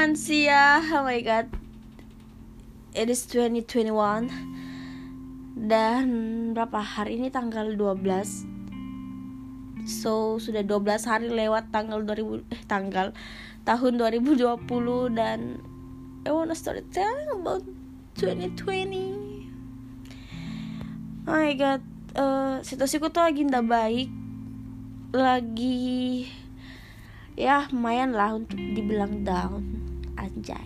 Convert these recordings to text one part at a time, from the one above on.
Mansia. Oh my god, it is 2021. Dan berapa hari ini? Tanggal 12. So sudah 12 hari lewat tahun 2020. Dan I wanna start telling about 2020. Oh my god, situasiku tuh lagi nggak baik. Lagi ya lumayan lah untuk dibilang down. Anjay.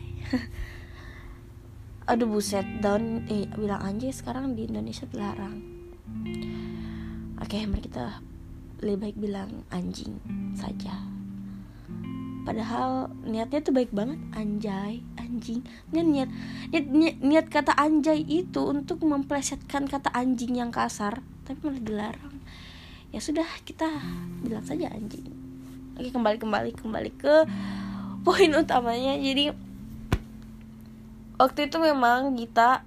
Aduh buset, down. Bilang anjay sekarang di Indonesia dilarang. Oke, mari kita lebih baik bilang anjing saja. Padahal niatnya tuh baik banget. Anjay, anjing. Niat kata anjay itu untuk memplesetkan kata anjing yang kasar, tapi malah dilarang. Ya sudah, kita bilang saja anjing. Oke, kembali ke poin utamanya. Jadi waktu itu memang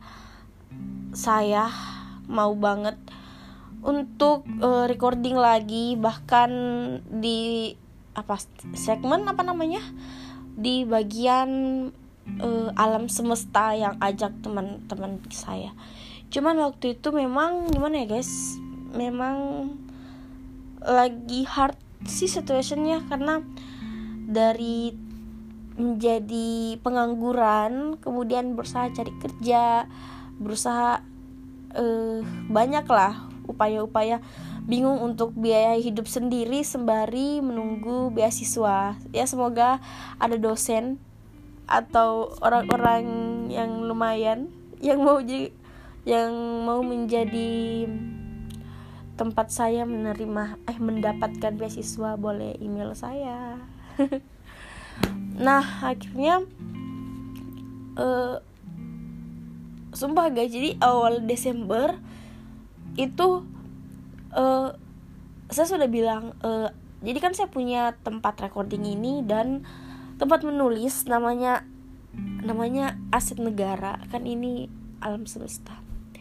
saya mau banget untuk recording lagi, bahkan di segmen di bagian alam semesta yang ajak teman-teman saya. Cuman waktu itu memang gimana ya guys, memang lagi hard sih situationnya, karena dari menjadi pengangguran kemudian berusaha cari kerja, berusaha banyak lah upaya-upaya, bingung untuk biaya hidup sendiri sembari menunggu beasiswa. Ya semoga ada dosen atau orang-orang yang lumayan yang mau menjadi tempat saya mendapatkan beasiswa, boleh email saya. Nah akhirnya sumpah guys, jadi awal Desember itu saya sudah bilang, jadi kan saya punya tempat recording ini dan tempat menulis namanya Aset Negara, kan ini alam semesta.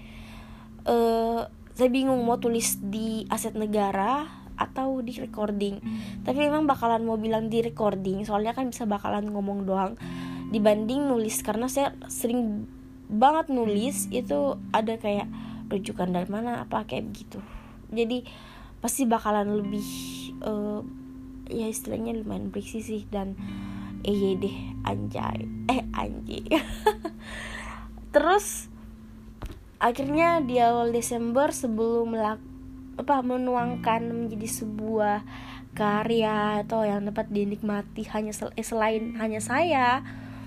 Saya bingung mau tulis di Aset Negara atau di recording, tapi memang bakalan mau bilang di recording, soalnya kan bisa bakalan ngomong doang dibanding nulis, karena saya sering banget nulis itu ada kayak rujukan dari mana kayak begitu. Jadi pasti bakalan lebih ya istilahnya lumayan berisi sih. Dan deh anjing. Terus akhirnya di awal Desember, sebelum menuangkan menjadi sebuah karya atau yang dapat dinikmati selain hanya saya,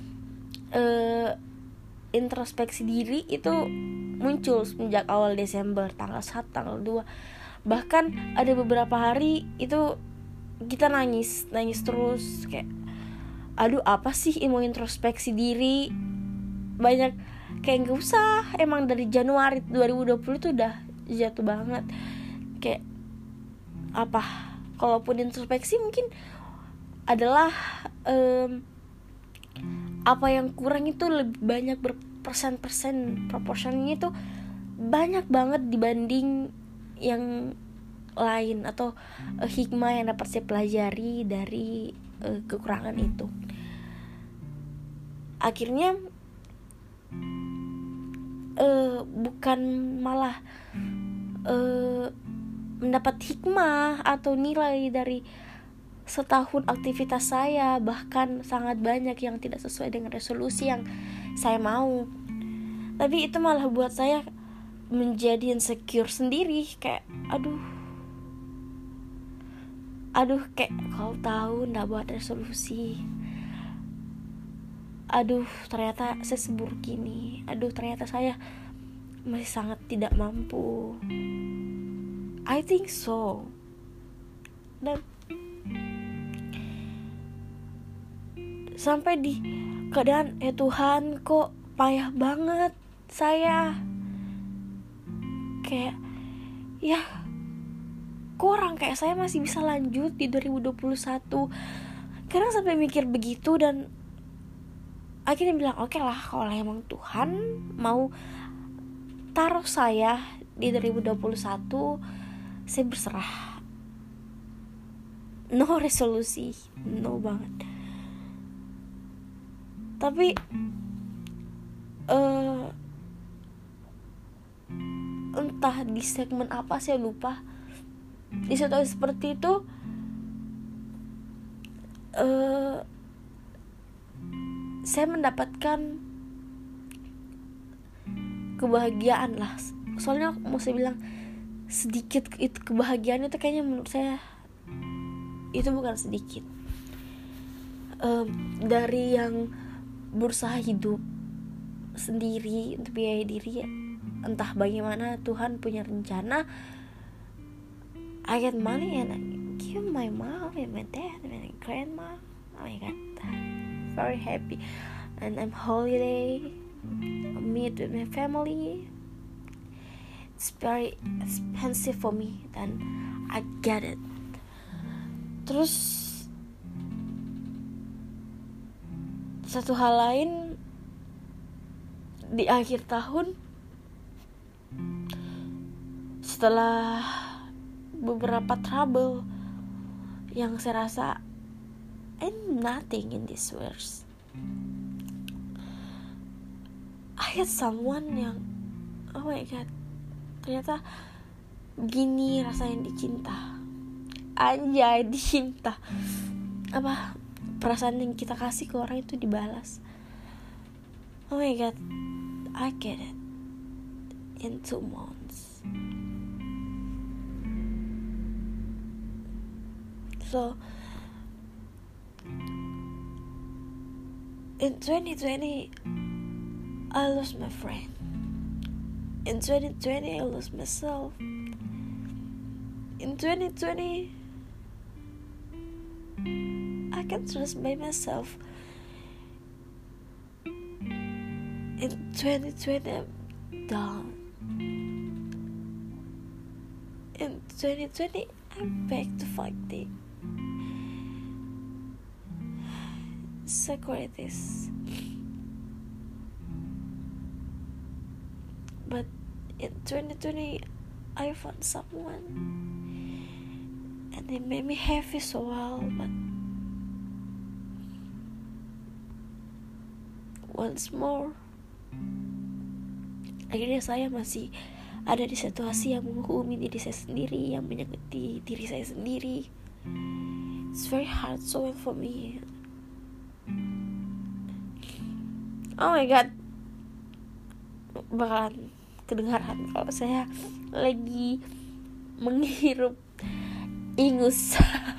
introspeksi diri itu muncul semenjak awal Desember, tanggal 1, tanggal 2. Bahkan ada beberapa hari itu kita nangis terus, kayak aduh apa sih mau introspeksi diri banyak, kayak gak usah. Emang dari Januari 2020 tuh udah jatuh banget. Kayak kalaupun introspeksi mungkin adalah apa yang kurang itu lebih banyak persen proporsinya itu banyak banget dibanding yang lain, atau hikmah yang dapat saya pelajari dari kekurangan itu. Akhirnya bukan malah mendapat hikmah atau nilai dari setahun aktivitas saya, bahkan sangat banyak yang tidak sesuai dengan resolusi yang saya mau, tapi itu malah buat saya menjadi insecure sendiri. Kayak aduh kayak kau tahu nggak buat resolusi, ternyata saya seburuk ini, ternyata saya masih sangat tidak mampu. I think so. Dan sampai di keadaan Tuhan, kok payah banget saya. Kayak ya kok orang kayak saya masih bisa lanjut di 2021. Karena sampai mikir begitu, dan akhirnya bilang oke lah, kalau emang Tuhan mau taruh saya di 2021, saya berserah. No resolusi, no banget. Tapi entah di segmen apa saya lupa, di situasi seperti itu saya mendapatkan kebahagiaan lah. Soalnya mau saya bilang sedikit itu kebahagiaan itu kayaknya menurut saya itu bukan sedikit. Dari yang berusaha hidup sendiri untuk biaya diri, entah bagaimana Tuhan punya rencana, I get money and I give my mom and my dad and my grandma. Oh my god, very happy. And I'm holiday, meet with my family. It's very expensive for me, dan I get it. Terus satu hal lain, di akhir tahun setelah beberapa trouble yang saya rasa I'm nothing in this world, I had someone yang oh my god, ternyata begini rasanya dicinta. Anjay, dicinta. Apa perasaan yang kita kasih ke orang itu dibalas. Oh my god, I get it in 2 months. So in 2020 I lost my friend. In 2020 I lost myself. In 2020 I can't trust by myself. In 2020 I'm down. In 2020 I'm back to fighting securities. But in 2020 I found someone and it made me happy so well. But once more, akhirnya saya masih ada di situasi yang menghukumi diri saya sendiri, yang menyakiti diri saya sendiri. It's very hard so for me. Oh my god, bakalan kedengaran kalau saya lagi menghirup ingus.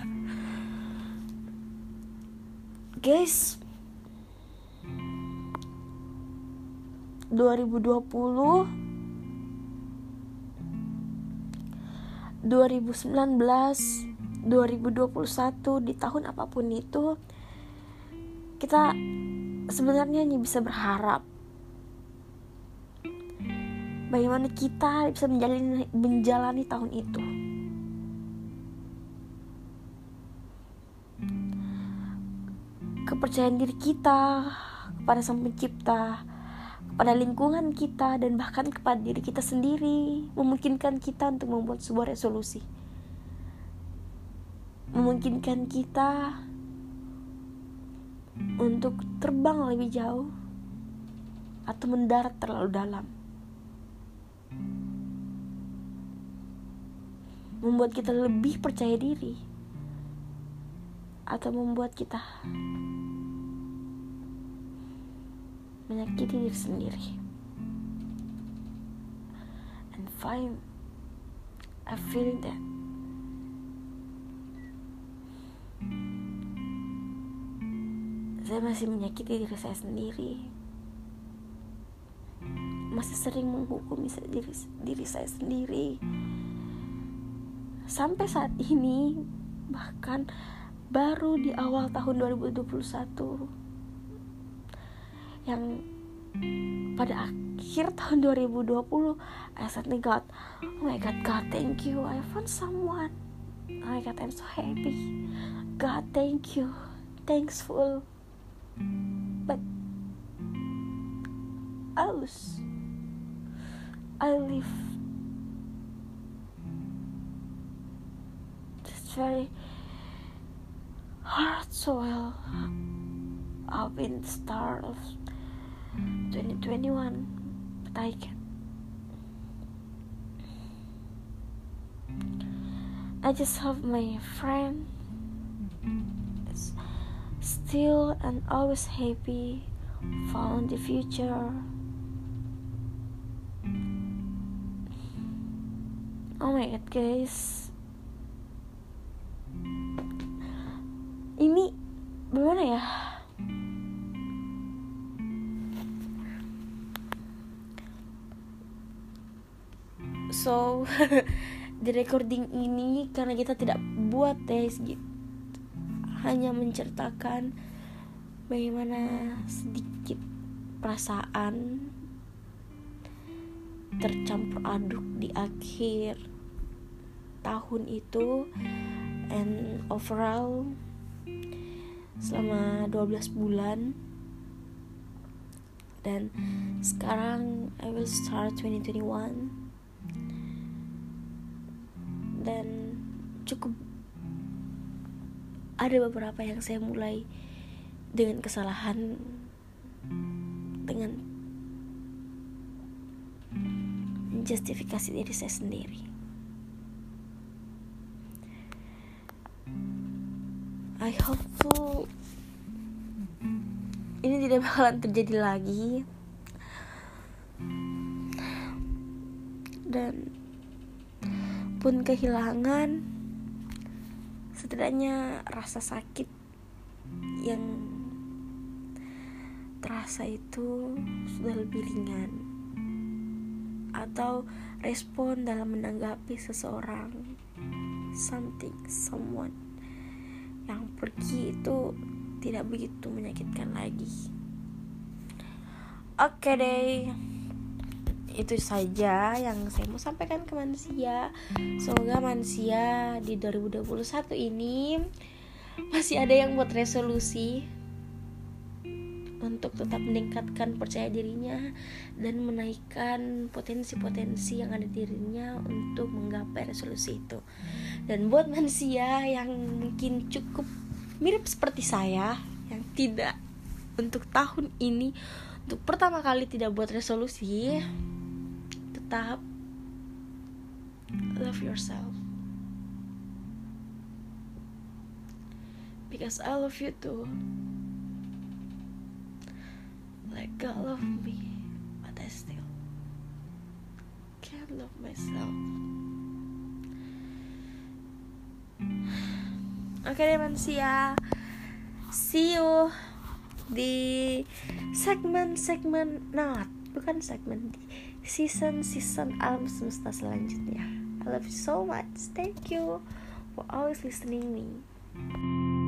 Guys, 2020, 2019, 2021, di tahun apapun itu, kita sebenarnya hanya bisa berharap bagaimana kita bisa menjalani tahun itu. Kepercayaan diri kita kepada Sang Pencipta, kepada lingkungan kita, dan bahkan kepada diri kita sendiri memungkinkan kita untuk membuat sebuah resolusi, memungkinkan kita untuk terbang lebih jauh atau mendarat terlalu dalam, membuat kita lebih percaya diri atau membuat kita menyakiti diri sendiri. And fine, I feel that saya masih menyakiti diri saya sendiri, masih sering menghukumi diri saya sendiri sampai saat ini. Bahkan baru di awal tahun 2021, yang pada akhir tahun 2020 I said, God, oh my god, God, thank you, I found someone. Oh my god, I'm so happy. God, thank you, thankful. But I live this very hard soil. up in the start of 2021, but I can't. I just hope my friend is still and always happy, found the future. Oh my god guys, ini gimana ya? So di recording ini karena kita tidak buat tes gitu, hanya menceritakan bagaimana sedikit perasaan tercampur aduk di akhir tahun itu, and overall selama 12 bulan. Dan sekarang I will start 2021, dan cukup ada beberapa yang saya mulai dengan kesalahan, dengan menjustifikasi diri saya sendiri. I hope to ini tidak bakalan terjadi lagi, dan pun kehilangan, setidaknya rasa sakit yang terasa itu sudah lebih ringan, atau respon dalam menanggapi seseorang, someone yang pergi itu tidak begitu menyakitkan lagi. Oke deh, itu saja yang saya mau sampaikan ke manusia. Semoga manusia di 2021 ini masih ada yang buat resolusi untuk tetap meningkatkan percaya dirinya dan menaikkan potensi-potensi yang ada di dirinya untuk menggapai resolusi itu. Dan buat manusia yang mungkin cukup mirip seperti saya, yang tidak untuk tahun ini, untuk pertama kali tidak buat resolusi, tetap love yourself, because I love you too, like God love me, but I still can't love myself. Oke deh manusia, see you di segmen di season alam semesta selanjutnya. I love you so much. Thank you for always listening me.